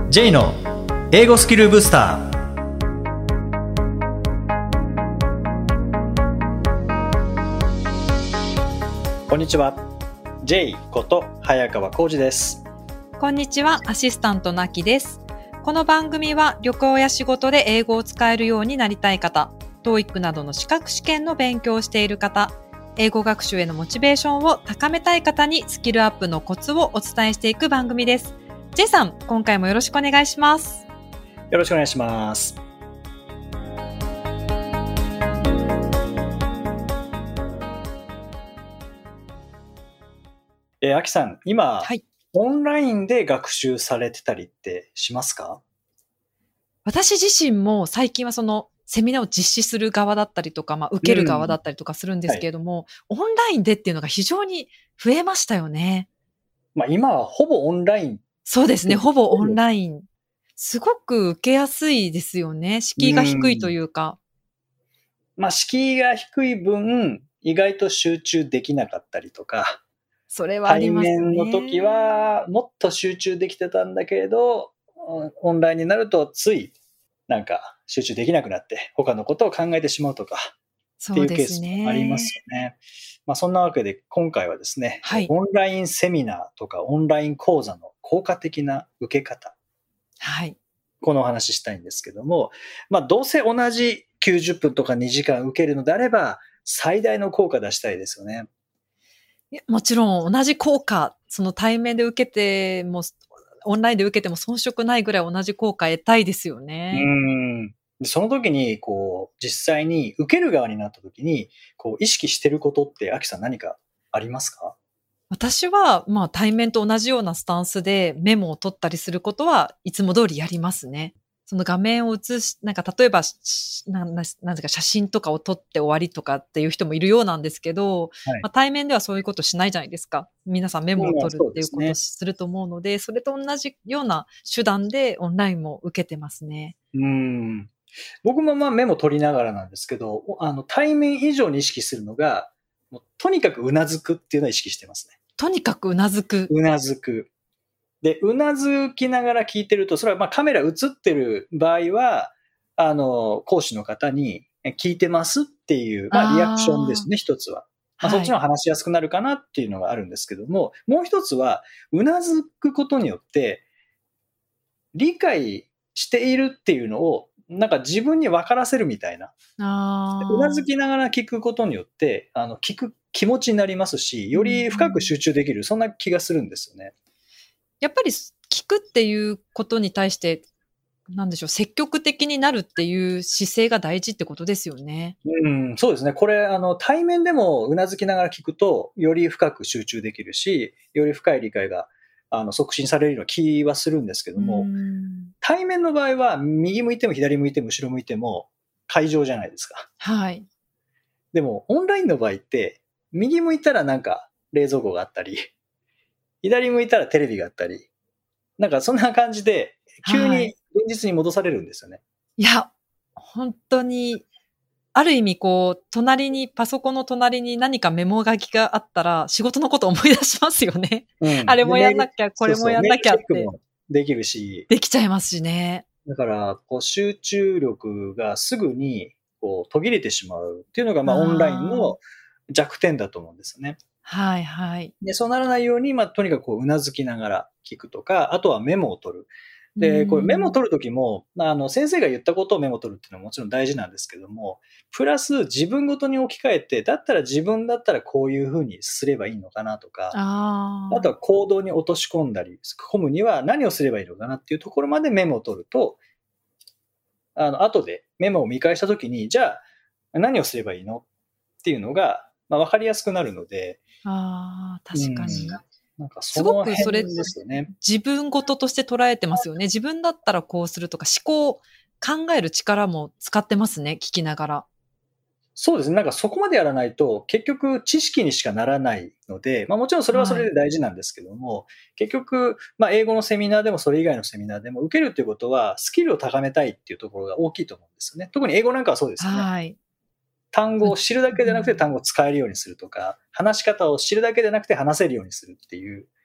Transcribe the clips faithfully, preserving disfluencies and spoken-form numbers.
J の英語スキルブスター。こんにちは。J こと早川浩二です。 こんにちは。アシスタントなきです。この番組は旅行や仕事で英語を使えるようになりたい方、トーイック などの資格試験の勉強をしている方、英語学習へのモチベーションを高めたい方にスキルアップのコツをお伝えしていく番組です。J さん、今回もよろしくお願いします。 よろしくお願いします。えー、あきさん、今、はい、オンラインで学習されてたりってしますか？ 私自身も最近はそのセミナーを実施する側だったりとか、まあ、受ける側だったりとかするんですけれども、うんはい、オンラインでっていうのが非常に増えましたよね。 まあ、今はほぼオンライン。 そうですね、ほぼオンライン。すごく受けやすいですよね。敷居が低いというか。 うん、まあ、敷居が低い分、意外と集中できなかったりとか、 それはありますね。 対面の時はもっと集中できてたんだけれど、オンラインになるとついなんか集中できなくなって他のことを考えてしまうとかっていうケースもありますよね。まあ、そんなわけで今回はですね、はい、オンラインセミナーとかオンライン講座の効果的な受け方、 はい、 このお話ししたいんですけども、まあ、どうせ同じきゅうじゅっぷんとかにじかん受けるのであれば最大の効果出したいですよね。 いやもちろん同じ効果、その対面で受けてもオンラインで受けても遜色ないぐらい同じ効果得たいですよね。 うんその時にこう実際に受ける側になった時にこう意識してることってアキさん何かありますか？ 私はまあ対面と同じようなスタンスでメモを取ったりすることはいつも通りやりますね。その画面を映し、なんか例えば、な、な、なんか写真とかを撮って終わりとかっていう人もいるようなんですけど、はいまあ、対面ではそういうことしないじゃないですか。皆さんメモを取るっていうことをすると思うので、それと同じような手段でオンラインも受けてますね。 うん僕もまあメモ取りながらなんですけど、あの対面以上に意識するのが、もうとにかくうなずくっていうのを意識してますね。 とにかくうなずく。 うなずく。で、うなずきながら聞いてると、それはまあカメラ映ってる場合は、あの、講師の方に聞いてますっていう、まあリアクションですね、一つは。まあ、そっちの方が話しやすくなるかなっていうのがあるんですけども、もう一つは、うなずくことによって、理解しているっていうのを、なんか自分に分からせるみたいな。うなずきながら聞くことによって、あの、聞く気持ちになりますし、より深く集中できる、そんな気がするんですよね。 やっぱり聞くっていうことに対して、なんでしょう、積極的になるっていう姿勢が大事ってことですよね。 うん、そうですね。これ、あの、対面でもうなずきながら聞くと、より深く集中できるし、より深い理解が、あの、促進されるような気はするんですけども、対面の場合は、右向いても左向いても後ろ向いても、会場じゃないですか。 はい。 でも、オンラインの場合って、右向いたらなんか冷蔵庫があったり、左向いたらテレビがあったり、なんかそんな感じで、急に現実に戻されるんですよね。はい、 いや、本当に、ある意味こう、隣に、パソコンの隣に何かメモ書きがあったら、仕事のこと思い出しますよね。うん、あれもやんなきゃ、これもやんなきゃって。 そうそうメールチェックもできるし。 できちゃいますしね。 だから、こう集中力がすぐにこう途切れてしまうっていうのが、まあ、オンラインの弱点だと思うんですよね。 はいはい。 で、そうならないように、まあ、とにかくこう、うなずきながら聞くとか、あとはメモを取る。で、これメモを取るときも、あの、先生が言ったことをメモを取るっていうのはもちろん大事なんですけども、プラス自分ごとに置き換えて、だったら自分だったらこういうふうにすればいいのかなとか、あ, あとは行動に落とし込んだり、込むには何をすればいいのかなっていうところまでメモを取ると、あの、後でメモを見返したときに、じゃあ何をすればいいのっていうのが、まあ、分かりやすくなるので。 ああ、確かに。うんなんかその辺ですよね。 すごくそれ自分事として捉えてますよね。自分だったらこうするとか思考、考える力も使ってますね、聞きながら。 そうですね。なんかそこまでやらないと結局知識にしかならないので、まあもちろんそれはそれで大事なんですけども、はい、結局、まあ英語のセミナーでもそれ以外のセミナーでも受けるっていうことはスキルを高めたいっていうところが大きいと思うんですよね。特に英語なんかはそうですよね。はい。単語を知るだけでなくて単語を使えるようにするとか、話し方を知るだけでなくて話せるようにするっていう、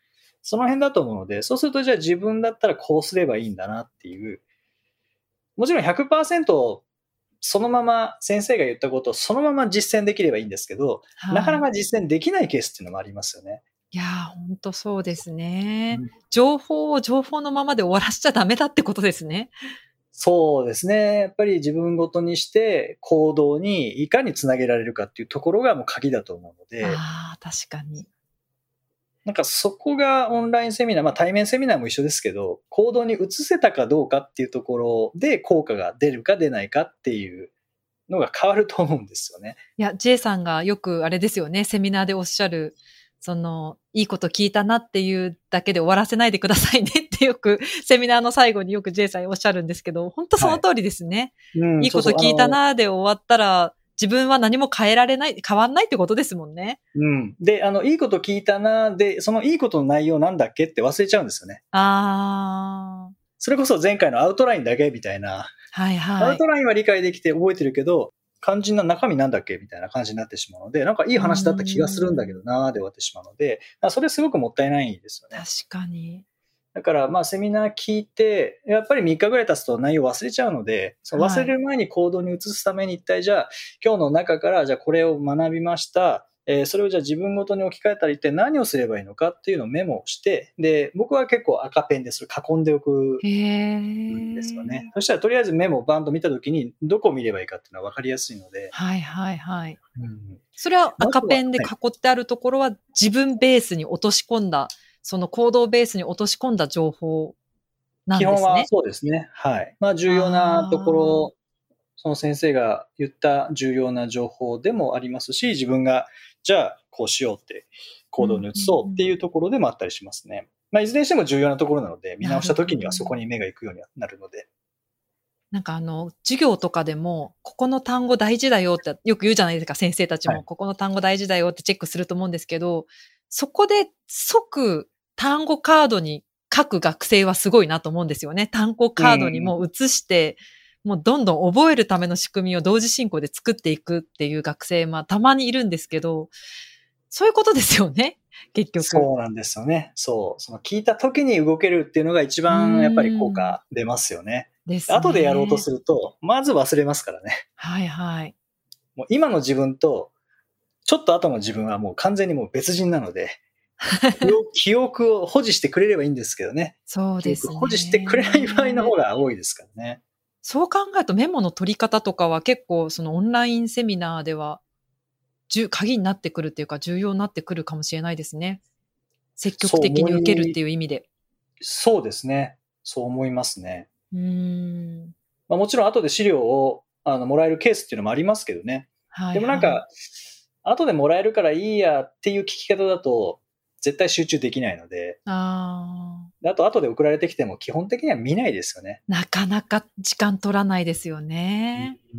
その辺だと思うので、そうするとじゃあ自分だったらこうすればいいんだなっていう、もちろん ひゃくパーセント そのまま先生が言ったことをそのまま実践できればいいんですけど、 はい、 なかなか実践できないケースっていうのもありますよね。 いやー、ほんとそうですね。 うん、 情報を情報のままで終わらしちゃダメだってことですね。 そうですね。やっぱり自分ごとにして行動にいかにつなげられるかっていうところがもう鍵だと思うので、 ああ、確かに。 なんかそこがオンラインセミナー、まあ対面セミナーも一緒ですけど、行動に移せたかどうかっていうところで効果が出るか出ないかっていうのが変わると思うんですよね。 いや、J さんがよくあれですよね、セミナーでおっしゃる、その、いいこと聞いたなっていうだけで終わらせないでくださいねってよく、セミナーの最後によく J さんおっしゃるんですけど、本当その通りですね。 うん、 いいこと聞いたなで終わったら、自分は何も変えられない、変わんないってことですもんね。 うん。で、あの、いいこと聞いたな、で、そのいいことの内容なんだっけって忘れちゃうんですよね。 ああ。 それこそ前回のアウトラインだけみたいな。 はいはい。 アウトラインは理解できて覚えてるけど、肝心な中身なんだっけみたいな感じになってしまうので、なんかいい話だった気がするんだけどなーで終わってしまうので、それすごくもったいないですよね。 確かに。 だからまあセミナー聞いて、やっぱりみっかぐらい経つと内容忘れちゃうので、その忘れる前に行動に移すために一体じゃあ、今日の中からじゃあこれを学びました。えー、それをじゃあ自分ごとに置き換えたら一体何をすればいいのかっていうのをメモをして、で、僕は結構赤ペンでそれ囲んでおくへんですよね。 ー。 そしたらとりあえずメモをバンと見たときにどこを見ればいいかっていうのは分かりやすいので。 はいはいはい。 うん、 それは赤ペンではい囲ってあるところは自分ベースに落とし込んだ、その行動ベースに落とし込んだ情報な基んですね。 本はそうですね。はい。まあ重要なところ、その先生が言った重要な情報でもありますし、自分がじゃあこうしようって行動に移そうっていうところでもあったりしますね。まあいずれにしても重要なところなので、見直した時にはそこに目が行くようになるので。 なんかあの、授業とかでも、ここの単語大事だよってよく言うじゃないですか、先生たちも。 はい、 ここの単語大事だよってチェックすると思うんですけど、そこで即単語カードに書く学生はすごいなと思うんですよね。単語カードにもう移して、もうどんどん覚えるための仕組みを同時進行で作っていくっていう学生、まあたまにいるんですけど、そういうことですよね、結局。 そうなんですよね。そう。その聞いた時に動けるっていうのが一番やっぱり効果出ますよね。 ですね。 後でやろうとすると、まず忘れますからね。 はいはい。 もう今の自分と、ちょっと後の自分はもう完全にもう別人なので、記憶を保持してくれればいいんですけどね。 そうですね。 記憶保持してくれない場合の方が多いですからね。 そう考えるとメモの取り方とかは結構そのオンラインセミナーでは、鍵になってくるっていうか重要になってくるかもしれないですね。積極的に受けるっていう意味で。 そうですね。そう思いますね。 うーん。 まあ、もちろん後で資料をあのもらえるケースっていうのもありますけどね。 はい、 でもなんか、後でもらえるからいいやっていう聞き方だと、絶対集中できないので、 ああと後で送られてきても基本的には見ないですよね。 なかなか時間取らないですよね。 うん、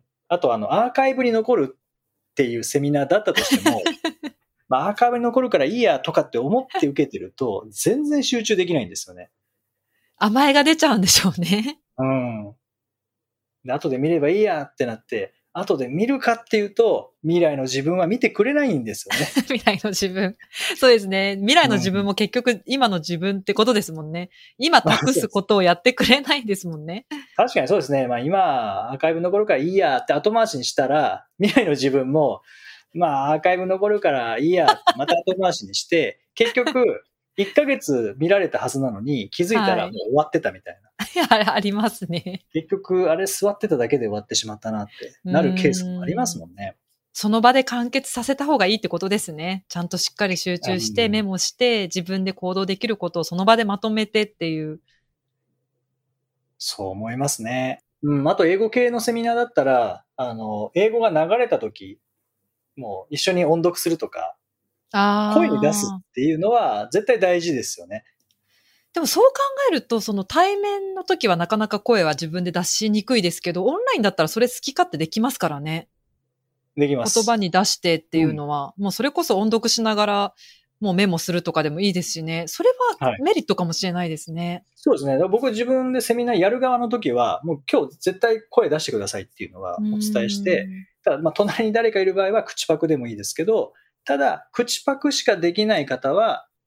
あとあのアーカイブに残るっていうセミナーだったとしても、まあ、アーカイブに残るからいいやとかって思って受けてると、全然集中できないんですよね。 甘えが出ちゃうんでしょうね。 うん。で後で見ればいいやってなって、後で見るかっていうと、未来の自分は見てくれないんですよね。 未来の自分。そうですね。未来の自分も結局今の自分ってことですもんね。今託すことをやってくれないですもんね。 確かにそうですね。まあ今、アーカイブ残るからいいやって後回しにしたら、未来の自分も、まあアーカイブ残るからいいやってまた後回しにして、結局、いっかげつ見られたはずなのに、気づいたらもう終わってたみたいな。 はい、ありますね。 結局、あれ座ってただけで終わってしまったなってなるケースもありますもんね。 その場で完結させた方がいいってことですね。ちゃんとしっかり集中してメモして自分で行動できることをその場でまとめてっていう。 そう思いますね。うん、あと英語系のセミナーだったら、あの、英語が流れた時、もう一緒に音読するとか、声に出すっていうのは絶対大事ですよね。 でもそう考えると、その対面の時はなかなか声は自分で出しにくいですけど、オンラインだったらそれ好き勝手できますからね。 できます。 言葉に出してっていうのは、うん、もうそれこそ音読しながら、もうメモするとかでもいいですしね。それはメリットかもしれないですね。はい、 そうですね。僕自分でセミナーやる側の時は、もう今日絶対声出してくださいっていうのはお伝えして、ただまあ隣に誰かいる場合は口パクでもいいですけど、ただ口パクしかできない方は、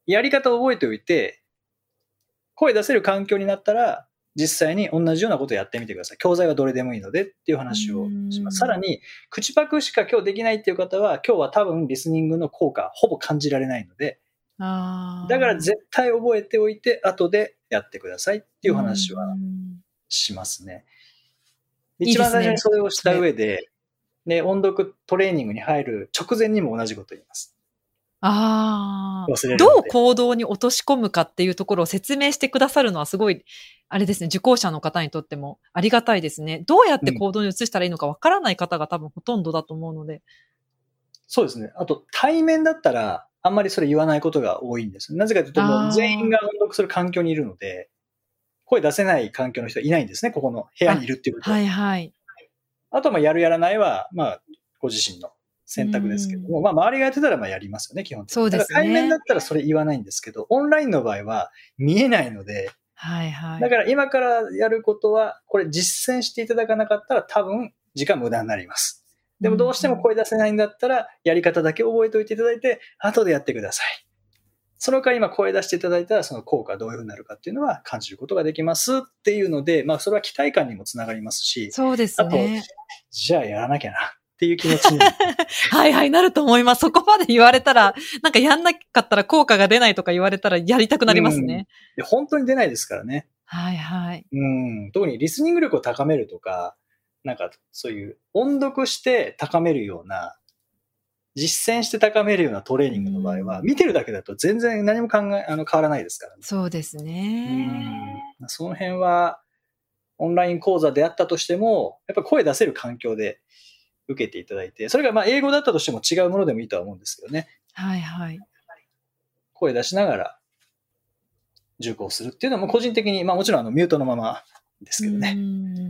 やり方を覚えておいて、声出せる環境になったら、実際に同じようなことをやってみてください。教材はどれでもいいのでっていう話をします。さらに、口パクしか今日できないっていう方は、今日は多分リスニングの効果ほぼ感じられないので、 あだから絶対覚えておいて、後でやってくださいっていう話はしますね。 いいですね。 一番最初にそれをした上で、で、音読トレーニングに入る直前にも同じことを言います。 ああ。どう行動に落とし込むかっていうところを説明してくださるのはすごい、あれですね、受講者の方にとってもありがたいですね。どうやって行動に移したらいいのかわからない方が多分ほとんどだと思うので。 そうですね。あと、対面だったら、あんまりそれ言わないことが多いんです。なぜかというと、もう全員が音読する環境にいるので、声出せない環境の人はいないんですね、ここの部屋にいるっていうことは。 はいはい。 あとは、まあ、やるやらないは、まあ、ご自身の選択ですけども、まあ、周りがやってたら、まあ、やりますよね、基本的に。 そうですね。 対面だったらそれ言わないんですけど、オンラインの場合は見えないので、 はいはい。 だから今からやることは、これ実践していただかなかったら多分時間無駄になります。でもどうしても声出せないんだったら、やり方だけ覚えておいていただいて、後でやってください。その代わり今声出していただいたら、その効果がどういうふうになるかっていうのは感じることができますっていうので、まあそれは期待感にもつながりますし、 そうですね。 あと、じゃあやらなきゃなっていう気持ちに。 はいはい、なると思います。そこまで言われたら、なんかやんなかったら効果が出ないとか言われたらやりたくなりますね。 うん、本当に出ないですからね。 はいはい。 うん、特にリスニング力を高めるとか、なんかそういう音読して高めるような、実践して高めるようなトレーニングの場合は、見てるだけだと全然何も考え、あの変わらないですからね。 そうですね。 うん、その辺は、オンライン講座であったとしても、やっぱ声出せる環境で受けていただいて、それがまあ英語だったとしても違うものでもいいとは思うんですけどね。 はいはい。 声出しながら受講するっていうのも個人的に、まあもちろんあのミュートのままですけどね。うん、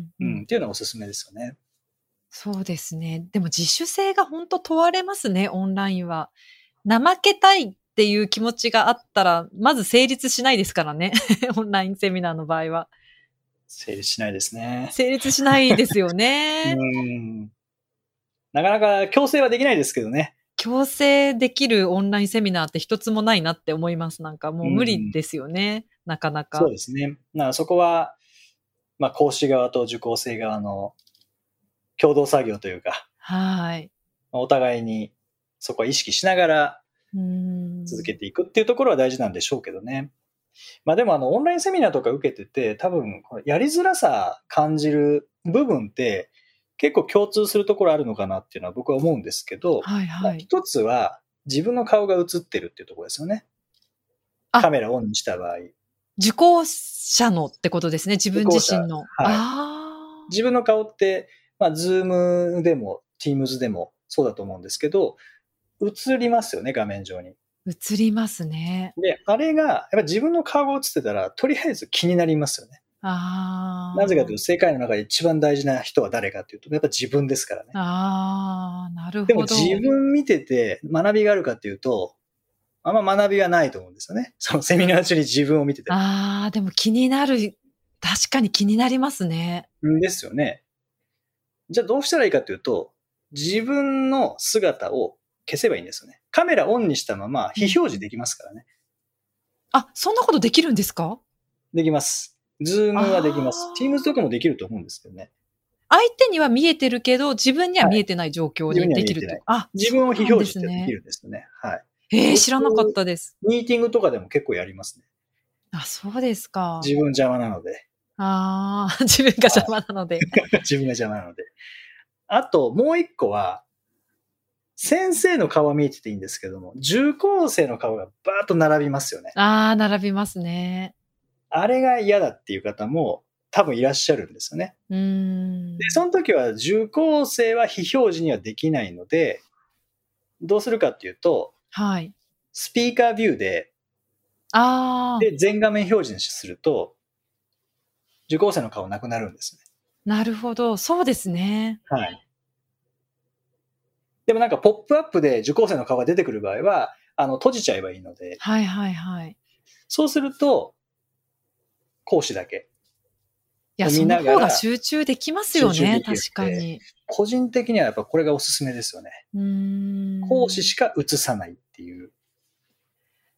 うん、っていうのはおすすめですよね。 そうですね。でも自主性が本当問われますね、オンラインは。怠けたいっていう気持ちがあったら、まず成立しないですからね。オンラインセミナーの場合は。 成立しないですね。 成立しないですよね。 うんなかなか強制はできないですけどね。 強制できるオンラインセミナーって一つもないなって思います。なんかもう無理ですよね。うん、なかなか。 そうですね。なそこは、まあ講師側と受講生側の共同作業というか、 はい。 お互いにそこは意識しながら続けていくっていうところは大事なんでしょうけどね。まあでもあのオンラインセミナーとか受けてて多分やりづらさ感じる部分って結構共通するところあるのかなっていうのは僕は思うんですけど、 はいはい。まあ、 一つは自分の顔が映ってるっていうところですよね。カメラオンにした場合。 受講者のってことですね。自分自身の。 はい、あ自分の顔って、まあ、ズームでも、Teams でもそうだと思うんですけど、映りますよね、画面上に。 映りますね。 で、あれが、やっぱ自分の顔が映ってたら、とりあえず気になりますよね。 あなぜかというと、世界の中で一番大事な人は誰かというと、やっぱ自分ですからね。 ああ、なるほど。 でも自分見てて学びがあるかっていうと、あんま学びはないと思うんですよね。そのセミナー中に自分を見てて。 ああ、でも気になる。確かに気になりますね。 ですよね。じゃあどうしたらいいかというと、自分の姿を消せばいいんですよね。カメラオンにしたまま非表示できますからね。 うん、あ、そんなことできるんですか？ できます。ズームはできます。Teams とかもできると思うんですけどね。 相手には見えてるけど、自分には見えてない状況にできるって、はい、あ、 自分を非表示ってできるんですよね。はい。 えー、知らなかったです。 ミーティングとかでも結構やりますね。 あ、そうですか。 自分邪魔なので。 ああ、自分が邪魔なので。 自分が邪魔なので。あと、もう一個は、先生の顔は見えてていいんですけども、受講生の顔がバーッと並びますよね。 ああ、並びますね。 あれが嫌だっていう方も多分いらっしゃるんですよね。 うーん。 で、その時は受講生は非表示にはできないので、どうするかっていうと、 はい。 スピーカービューで、 あで、全画面表示にすると、受講生の顔なくなるんですね。 なるほど。そうですね。 はい。でもなんかポップアップで受講生の顔が出てくる場合は、あの、閉じちゃえばいいので。 はいはいはい。 そうすると、講師だけ。 いや、その方が集中できますよね。確かに。 個人的にはやっぱこれがおすすめですよね。 うーん。 講師しか映さないっていう。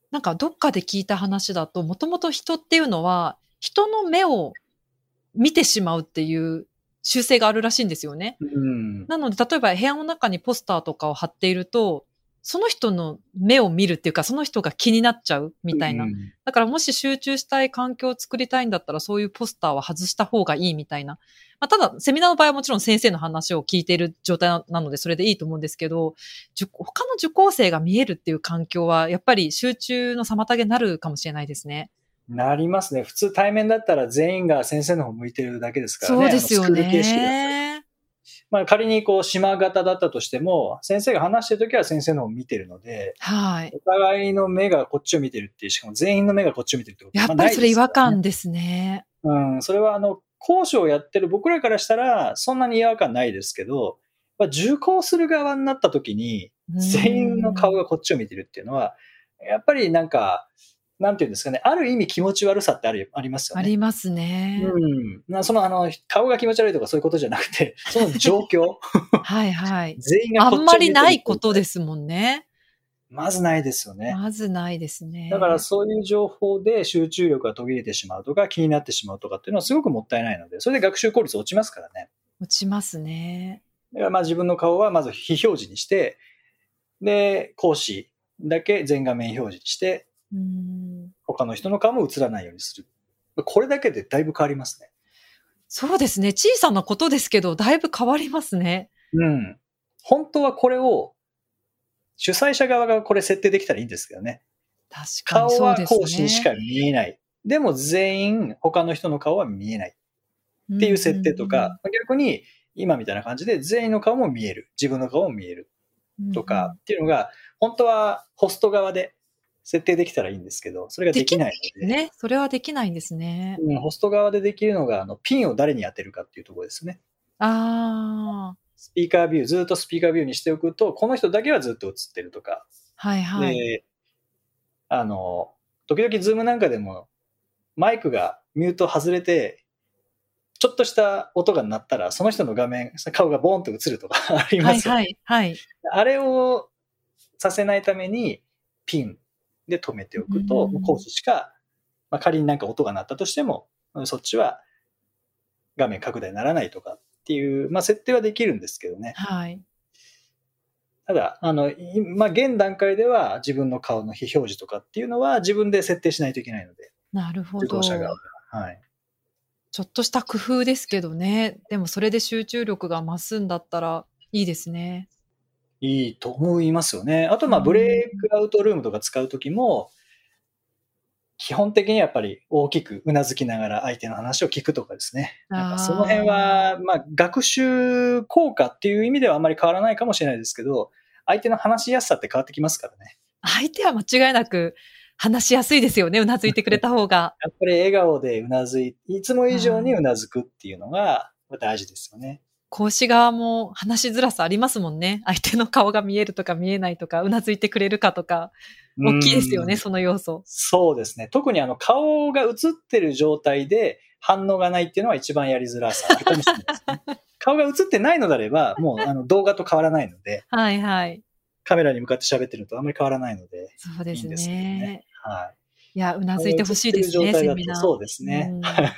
なんかどっかで聞いた話だと、もともと人っていうのは、人の目を見てしまうっていう習性があるらしいんですよね。 うん。 なので、例えば部屋の中にポスターとかを貼っていると、その人の目を見るっていうか、その人が気になっちゃうみたいな。 うん。 だからもし集中したい環境を作りたいんだったら、そういうポスターは外した方がいいみたいな。まあ、ただ、セミナーの場合はもちろん先生の話を聞いている状態なので、それでいいと思うんですけど、受他の受講生が見えるっていう環境は、やっぱり集中の妨げになるかもしれないですね。 なりますね。普通対面だったら全員が先生の方向いてるだけですからね。 そうですよあのスクール形式だったら。 ね。 まあ仮にこう島型だったとしても、先生が話してるときは先生の方を見てるので、 はい。 お互いの目がこっちを見てるっていう、しかも全員の目がこっちを見てるってことはまあやっぱりそれ違和ないですからね。 感ですね。 うん、それはあの、講師をやってる僕らからしたら、そんなに違和感ないですけど、まあ、受講する側になった時に、 うー全員の顔ん。 がこっちを見てるっていうのは、やっぱりなんか、なんていうんですかね、ある意味気持ち悪さってあるありますよあね。 りますね。 うん。なそのあの、顔が気持ち悪いとかそういうことじゃなくて、その状況、 はいはい。 全員があんまこっちを見てりないこる状態、 とですもんね。 まずないですよね。 まずないですだからね。 そういう情報で集中力が途切れてしまうとか、気になってしまうとかっていうのはすごくもったいないので、それで学習効率落ちますからね。 落ちますね。 だからまあ自分の顔はまず非表示にして、で、講師だけ全画面表示にして、 うーん。 他の人の顔も映らないようにする。これだけでだいぶ変わりますね。 そうですね。小さなことですけど、だいぶ変わりますね。 うん。本当はこれを主催者側がこれ設定できたらいいんですけどね。 確かに顔はそうです講師にしね。 か見えない。でも全員他の人の顔は見えないっていううんうん設定とうん。 か、逆に今みたいな感じで全員の顔も見える。自分の顔も見えるうんとうん。 かっていうのが、本当はホスト側で設定できたらいいんですけど、それができなできないので、 いね。それはできないんですね。 うん、ホスト側でできるのが、あの、ピンを誰に当てるかっていうところですね。 ああ、 スピーカービュー、ずっとスピーカービューにしておくと、この人だけはずっと映ってるとか。 はいはい。 で、あの、時々ズームなんかでも、マイクがミュート外れて、ちょっとした音が鳴ったら、その人の画面、顔がボーンと映るとかありますよね。 はいはい、はい。 あれをさせないために、ピンで止めておうーくと、講ん。 師しか、まあ、仮になんか音が鳴ったとしても、そっちは画面拡大にならないとかっていう、まあ、設定はできるんですけどね。 はい。 ただ、あの、いまあ、現段階では自分の顔の非表示とかっていうのは自分で設定しないといけないので、 なるほ受講者側ど。 が。はい。 ちょっとした工夫ですけどね。でもそれで集中力が増すんだったらいいですね。 いいと思いますよね。あと、 うまあ、ブレーん。 イクアウトルームとか使うときも、基本的にやっぱり大きくうなずきながら相手の話を聞くとかですね。なんかその辺ああ、 は、まあ、学習効果っていう意味ではあんまり変わらないかもしれないですけど、相手の話しやすさって変わってきますからね。 相手は間違いなく話しやすいですよね、うなずいてくれた方が。 やっぱり笑顔でうなずいいつも以上にはい。 うなずくっていうのが大事ですよね。 講師側も話しづらさありますもんね。相手の顔が見えるとか見えないとか、うなずいてくれるかとか、 う大きいですよね、 ーん。 その要素。 そうですね。特にあの顔が映ってる状態で反応がないっていうのは一番やりづらさあるかもしれないですね。顔が映ってないのであれば、もうあの動画と変わらないので、 はいはい。 カメラに向かって喋ってるのとあんまり変わらないので、 そうですいいんですけどね。 ね。 はい。 いや、うな顔が映ずいて欲しいってるですね、 状態だセミナとそうですー。うね。 ん。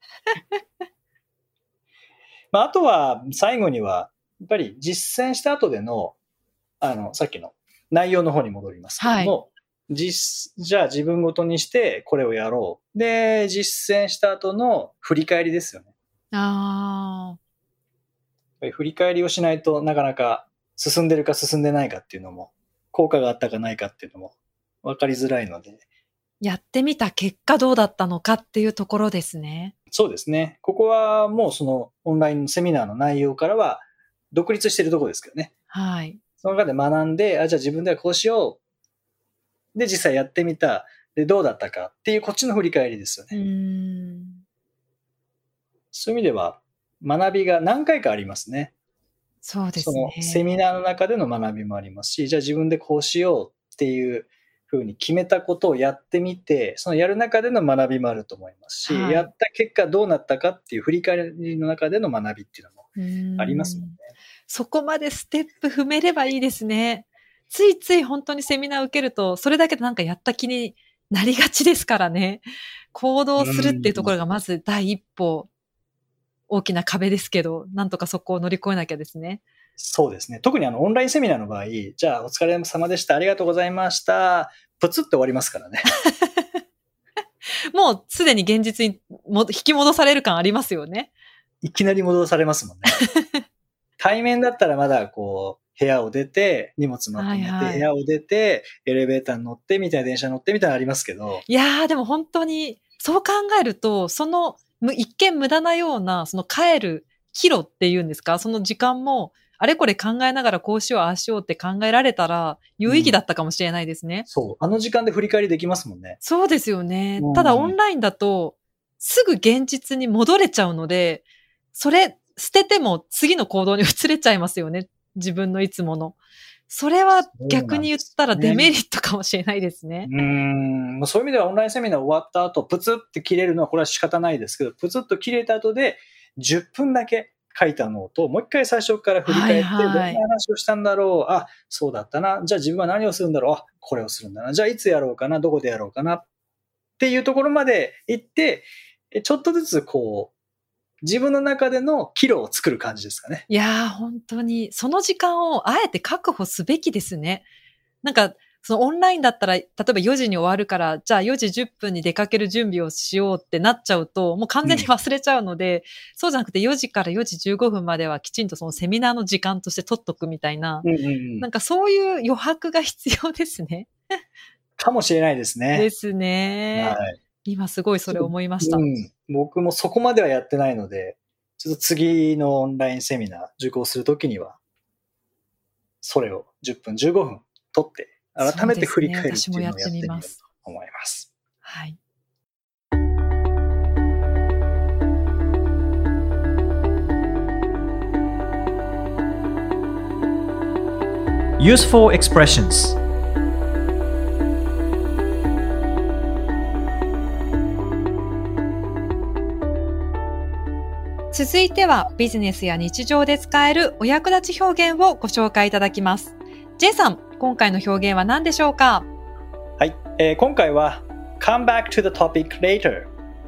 まあ、あとは最後には、やっぱり実践した後での、あの、さっきの内容の方に戻りますけどはい。 も、実、じゃあ自分ごとにしてこれをやろう。で、実践した後の振り返りですよね。 ああ、 やっぱり振り返りをしないとなかなか進んでるか進んでないかっていうのも、効果があったかないかっていうのも分かりづらいので、 やってみた結果どうだったのかっていうところですね。 そうですね。ここはもうそのオンラインセミナーの内容からは独立しているところですけどね。 はい。 その中で学んで、あ、じゃあ自分ではこうしよう。で、実際やってみた。で、どうだったかっていうこっちの振り返りですようね。 ーん。 そういう意味では学びが何回かありますね。 そうですそのセミね。 ナーの中での学びもありますし、じゃあ自分でこうしようっていうふうに決めたことをやってみて、そのやる中での学びもあると思いますし、 はい。 やった結果どうなったかっていう振り返りの中での学びっていうのもうーありますもんん。 ね。 そこまでステップ踏めればいいですね。 ついつい本当にセミナー受けると、それだけでなんかやった気になりがちですからね。行動するっていうところがまず第一歩、大きな壁ですけど、なんとかそこを乗り越えなきゃですね。 そうですね。特にあのオンラインセミナーの場合、じゃあお疲れ様でした、ありがとうございました、プツって終わりますからね。 もうすでに現実にも引き戻される感ありますよね。 いきなり戻されますもんね。対面だったらまだこう、部屋を出て、荷物まとめて、 はいはい、 部屋を出て、エレベーターに乗ってみたいな、電車に乗ってみたいなのありますけど。 いやーでも本当に、そう考えると、その一見無駄なような、その帰る帰路っていうんですか、その時間も、あれこれ考えながらこうしよう、ああしようって考えられたら、有意義だったかもしれないですね。 うん、そう。あの時間で振り返りできますもんね。 そうですよね。 うん、 ただオンラインだと、すぐ現実に戻れちゃうので、それ捨てても次の行動に移れちゃいますよね。自分のいつもの。それは逆に言ったらデメリットかもしれないですね。 うーん、そういう意味ではオンラインセミナー終わった後、プツって切れるのはこれは仕方ないですけど、プツッと切れた後でじゅっぷんだけ書いたノートをもう一回最初から振り返って、はいはい、どんな話をしたんだろう、あ、そうだったな、じゃあ自分は何をするんだろう、あ、これをするんだな、じゃあいつやろうかな、どこでやろうかなっていうところまで行って、ちょっとずつこう、自分の中での岐路を作る感じですかね。 いやー、本当に、その時間をあえて確保すべきですね。なんか、そのオンラインだったら、例えばよじに終わるから、じゃあよじじゅっぷんに出かける準備をしようってなっちゃうと、もう完全に忘れちゃうので、うん、そうじゃなくてよじからよじじゅうごふんまではきちんとそのセミナーの時間として取っとくみたいな、うんうんうん、なんかそういう余白が必要ですね。 かもしれないですね。 ですね。はい、今すごいそれ思いました、 うん。僕もそこまではやってないので、ちょっと次のオンラインセミナー受講するときには、それをじゅっぷん、じゅうごふん取って、改めて振り返るっていうのをやってみようと思います。 はい。 Useful expressions。 続いてはビジネスや日常で使えるお役立ち表現をご紹介いただきます。J さん、今回の表現は何でしょうか？ はい、えー、今回は Come back to the topic later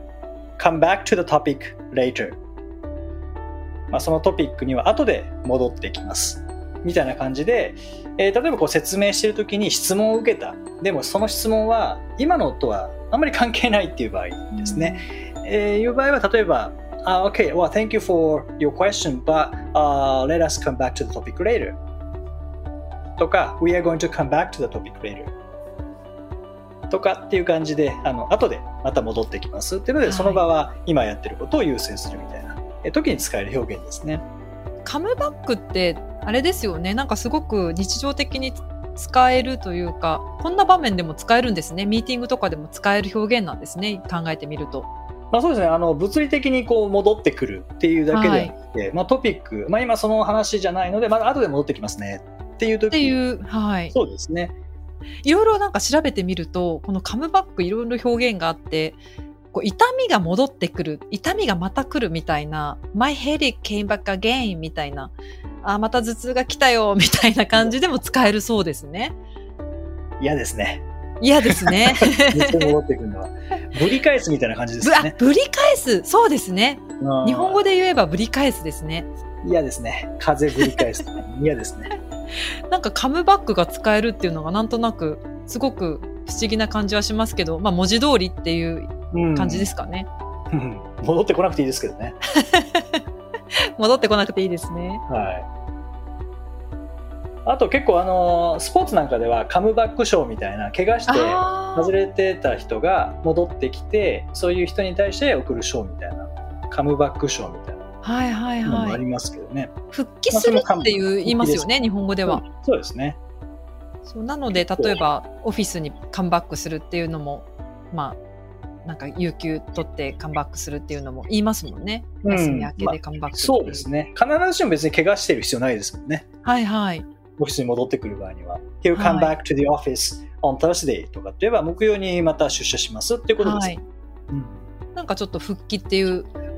Come back to the topic later、まあ、そのトピックには後で戻ってきますみたいな感じで、えー、例えばこう説明しているときに質問を受けた、でもその質問は今のとはあんまり関係ないっていう場合ですね、うんえー、いう場合は例えばUh, okay, well, thank you for your question, but uh, let us come back to the topic later. とか、we are going to come back to the topic later. とかっていう感じで、あの、後でまた戻ってきますっていうので、はい、その場は今やってることを優先するみたいな、え時に使える表現ですね。 カムバックって、あれですよね。なんかすごく日常的に使えるというか、こんな場面でも使えるんですね。ミーティングとかでも使える表現なんですね。考えてみると。 まあそうですね、あの物理的にこう戻ってくるっていうだけではなくて、はいまあ、トピック、まあ、今その話じゃないのでまだ後で戻ってきますねっていう時っていう、はい、 そうですね。 いろいろなんか調べてみるとこのカムバックいろいろ表現があってこう痛みが戻ってくる痛みがまた来るみたいな My headache came back again みたいなあまた頭痛が来たよみたいな感じでも使えるそうですね。 嫌ですね。 嫌ですね。 戻ってくるのはぶり返すみたいな感じですね。 ぶり返すそうですね。日本語で言えばぶり返すですね。 嫌ですね。風ぶり返す嫌ですね。 なんかカムバックが使えるっていうのがなんとなくすごく不思議な感じはしますけど、まあ文字通りっていう感じですかね。 うん、戻ってこなくていいですけどね。 戻ってこなくていいですね。 はい。あと結構あのスポーツなんかではカムバック賞みたいな怪我して外れてた人が戻ってきてそういう人に対して送る賞みたいなカムバック賞みたいなのもありますけどね。 復帰するっていう言いますよね、日本語では。 そうですね。 そうなので例えばオフィスにカムバックするっていうのもまあなんか有給取ってカムバックするっていうのも言いますもんね。 うん、 休み明けでカムバック、まあ、 そうですね。必ずしも別に怪我してる必要ないですもんね。 はいはい。 オフィスに戻ってくる場合には He'll come back to the office on Thursday とかって言えば木曜にまた出社しますっていうことです、はいうん、 なんかちょっと復帰っていう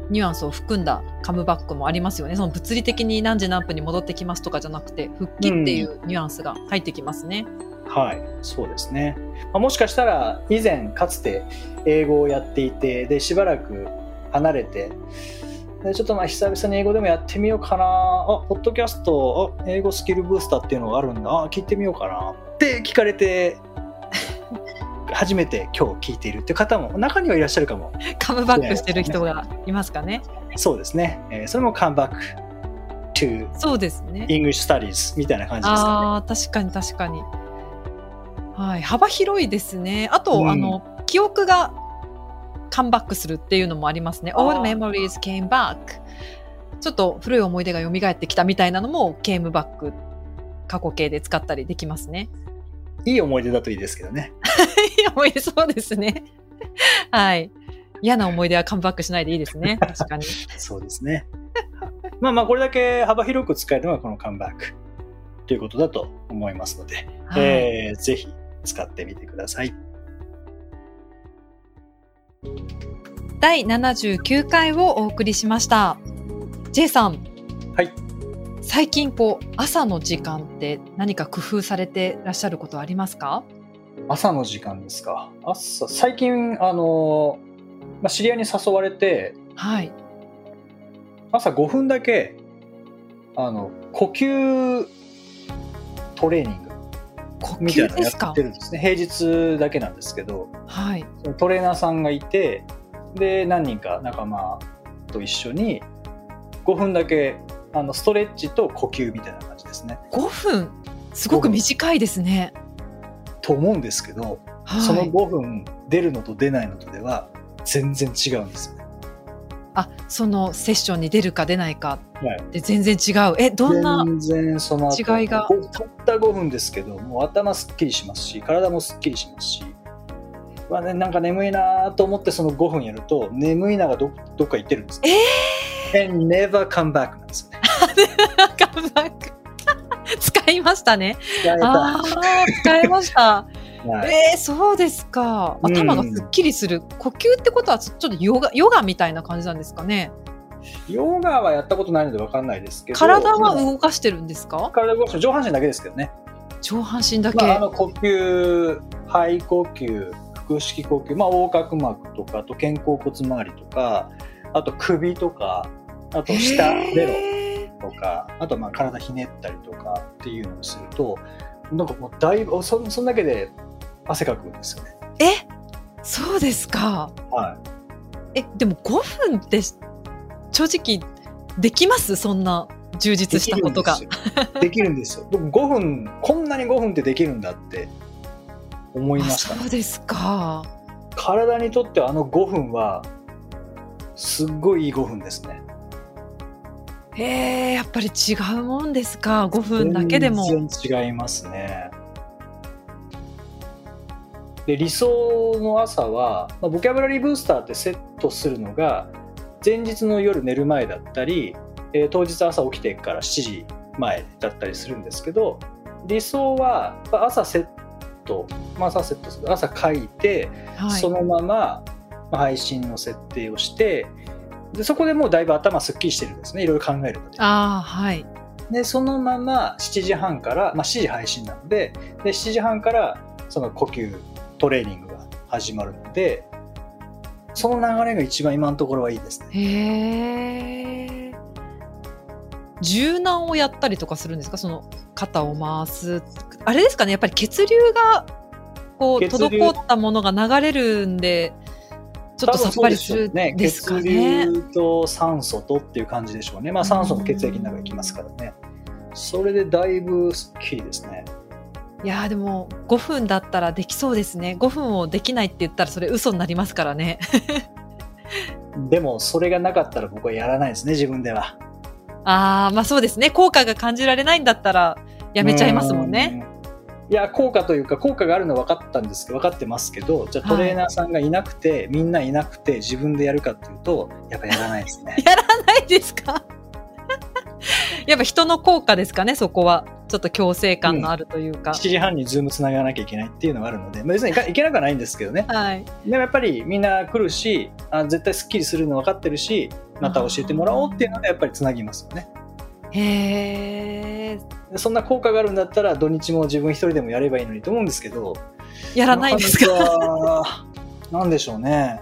ニュアンスを含んだカムバックもありますよね。その物理的に何時何分に戻ってきますとかじゃなくて、復帰っていうニュアンスが入ってきますね。 うん、はい、そうですね。まあ、もしかしたら以前かつて英語をやっていて、でしばらく離れて、でちょっとまあ久々に英語でもやってみようかな、あポッドキャスト、あ英語スキルブースターっていうのがあるんだ、あ聞いてみようかなって聞かれて初めて今日聞いているっていう方も中にはいらっしゃるかも。 カムバックしてる人がいますかね。 そうですね、えー、それもカムバック to そうですね English Studies みたいな感じですかね。 ああ確かに確かに、はい、幅広いですね。あと、うん、あの記憶がカムバックするっていうのもありますね。All the memories came back。 ちょっと古い思い出が蘇ってきたみたいなのも came back 過去形で使ったりできますね。 いい思い出だといいですけどね。 いい思い出、そうですね。はい。嫌な思い出はカムバックしないでいいですね。確かに。 そうですね。まあまあこれだけ幅広く使えるのがこのカムバックということだと思いますので、はい、えー、ぜひ使ってみてください。 だいななじゅうきゅうかいをお送りしました。J さん。 はい。 最近こう朝の時間って何か工夫されてらっしゃることはありますか？ 朝の時間ですか。朝最近あの、まあ、知り合いに誘われて、 はい、 朝ごふんだけあの呼吸トレーニングみたいなのやってるんですね。平日だけなんですけど、 はい、 トレーナーさんがいて、で何人か仲間と一緒にごふんだけあのストレッチと呼吸みたいな感じですね。 ごふんすごく短いですね。 と思うんですけど、はい、そのごふん出るのと出ないのとでは全然違うんですよね。 あ、そのセッションに出るか出ないかって全然違う、はい、えどんな全然その違いが。 たったごふんですけど、もう頭すっきりしますし、体もすっきりしますし、まあね、なんか眠いなと思ってそのごふんやると眠いなが ど, どっか行ってるんです。 えー、 And never come back なんですよね。 come back 使いましたね。 使えた。 あ使いました。 はい、 えー、そうですか。頭がすっきりする、うん、呼吸ってことはちょっとヨガ、ヨガみたいな感じなんですかね。 ヨガはやったことないので分かんないですけど、 体は動かしてるんですか？ 体動かして上半身だけですけどね。 上半身だけ、 まあ、あの呼吸、肺呼吸、腹式呼吸、まあ、横隔膜とか、あと肩甲骨周りとか、あと首とか、あと下ベロとか、あとまあ体ひねったりとかっていうのをすると、なんかもうだいぶ そ, そんだけで汗かくんですよね。 え、そうですか。 はい。 え、でもごふんって正直できます？そんな充実したことが。 できるんですよ。僕ごふん、こんなにごふんってできるんだって思いましたね。 そうですか。 体にとってあのごふんはすっごいいいごふんですね。 へえ、やっぱり違うもんですか。ごふんだけでも全然違いますね。で理想の朝は、まあ、ボキャブラリーブースターってセットするのが前日の夜寝る前だったり、えー、当日朝起きてからしちじまえだったりするんですけど、理想は朝セット、まあ、朝セットする朝書いて、はい、そのまま配信の設定をして、でそこでもうだいぶ頭すっきりしてるんですね。いろいろ考えるので。 あ、はい、 でそのまましちじはんから、まあ、しちじ配信なので、でしちじはんからその呼吸トレーニングが始まるので、その流れが一番今のところはいいですね。 へー。柔軟をやったりとかするんですか？その肩を回すあれですかね。やっぱり血流がこう滞ったものが流れるんでちょっとさっぱりするんですかね。 血流と酸素とっていう感じでしょうね。まあ、酸素も血液の中に行きますからね。それでだいぶスッキリですね。 いやでもごふんだったらできそうですね。ごふんをできないって言ったらそれ嘘になりますからね。 でもそれがなかったら僕はやらないですね、自分では。 あー、まあそうですね。効果が感じられないんだったらやめちゃいますもんね。 いや効果というか効果があるのは分かったんですけど分かってますけど、じゃあトレーナーさんがいなくて、はい、みんないなくて自分でやるかっていうとやっぱやらないですね。 やらないですか？やっぱ人の効果ですかね。そこはちょっと強制感のあるというか、うん、 しちじはんにズームつながなきゃいけないっていうのがあるので、まあ、別にいけなくはないんですけどね、 はい、 でもやっぱりみんな来るし、あ絶対スッキリするの分かってるし、 また教えてもらおうっていうのでやっぱりつなぎますよね。 へー。 そんな効果があるんだったら土日も自分一人でもやればいいのにと思うんですけど、 やらないんですか？ なんでしょうね。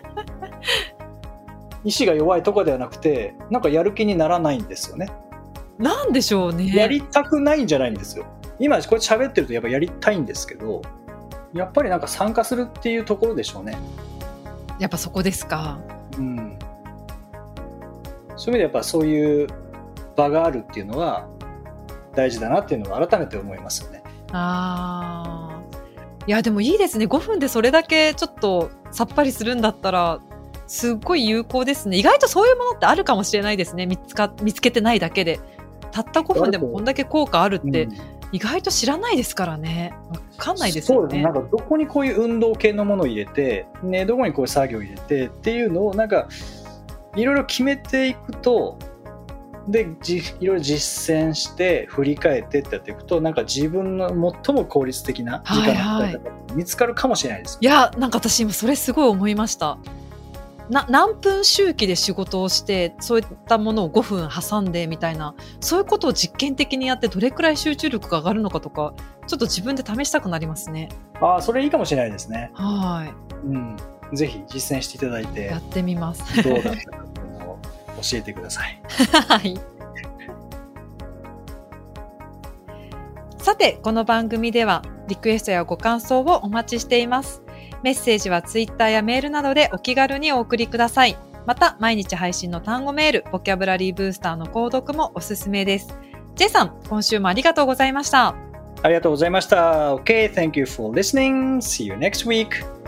意志が弱いとかではなくて、なんかやる気にならないんですよね。 なんでしょうね。 やりたくないんじゃないんですよ。今こうやって喋ってるとやっぱやりたいんですけど、やっぱりなんか参加するっていうところでしょうね。 やっぱそこですか。 うん。そういう意味でやっぱそういう場があるっていうのは大事だなっていうのは改めて思いますよね。 ああ。いやでもいいですね。ごふんでそれだけちょっとさっぱりするんだったらすっごい有効ですね。意外とそういうものってあるかもしれないですね。見つか、見つけてないだけで。たったごふんでもこんだけ効果あるって意外と知らないですからね。わかんないですよね。 そうですね。なんかどこにこういう運動系のものを入れて、ね、どこにこういう作業を入れてっていうのをなんかいろいろ決めていくと、でじいろいろ実践して振り返ってってやっていくと、なんか自分の最も効率的な時間の使い方が見つかるかもしれないです、ね。 はいはい、いやなんか私今それすごい思いました。な何分周期で仕事をしてそういったものをごふん挟んでみたいな、そういうことを実験的にやってどれくらい集中力が上がるのかとかちょっと自分で試したくなりますね。 ああ、それいいかもしれないですね。 はい、 うん、ぜひ実践していただいてやってみます。 どうだったかっていうのを教えてください。 はい。さてこの番組ではリクエストやご感想をお待ちしています。メッセージはツイッターやメールなどでお気軽にお送りください。また毎日配信の単語メール、ボキャブラリーブースターの購読もおすすめです。J さん、今週もありがとうございました。 ありがとうございました。Okay, thank you for listening. See you next week.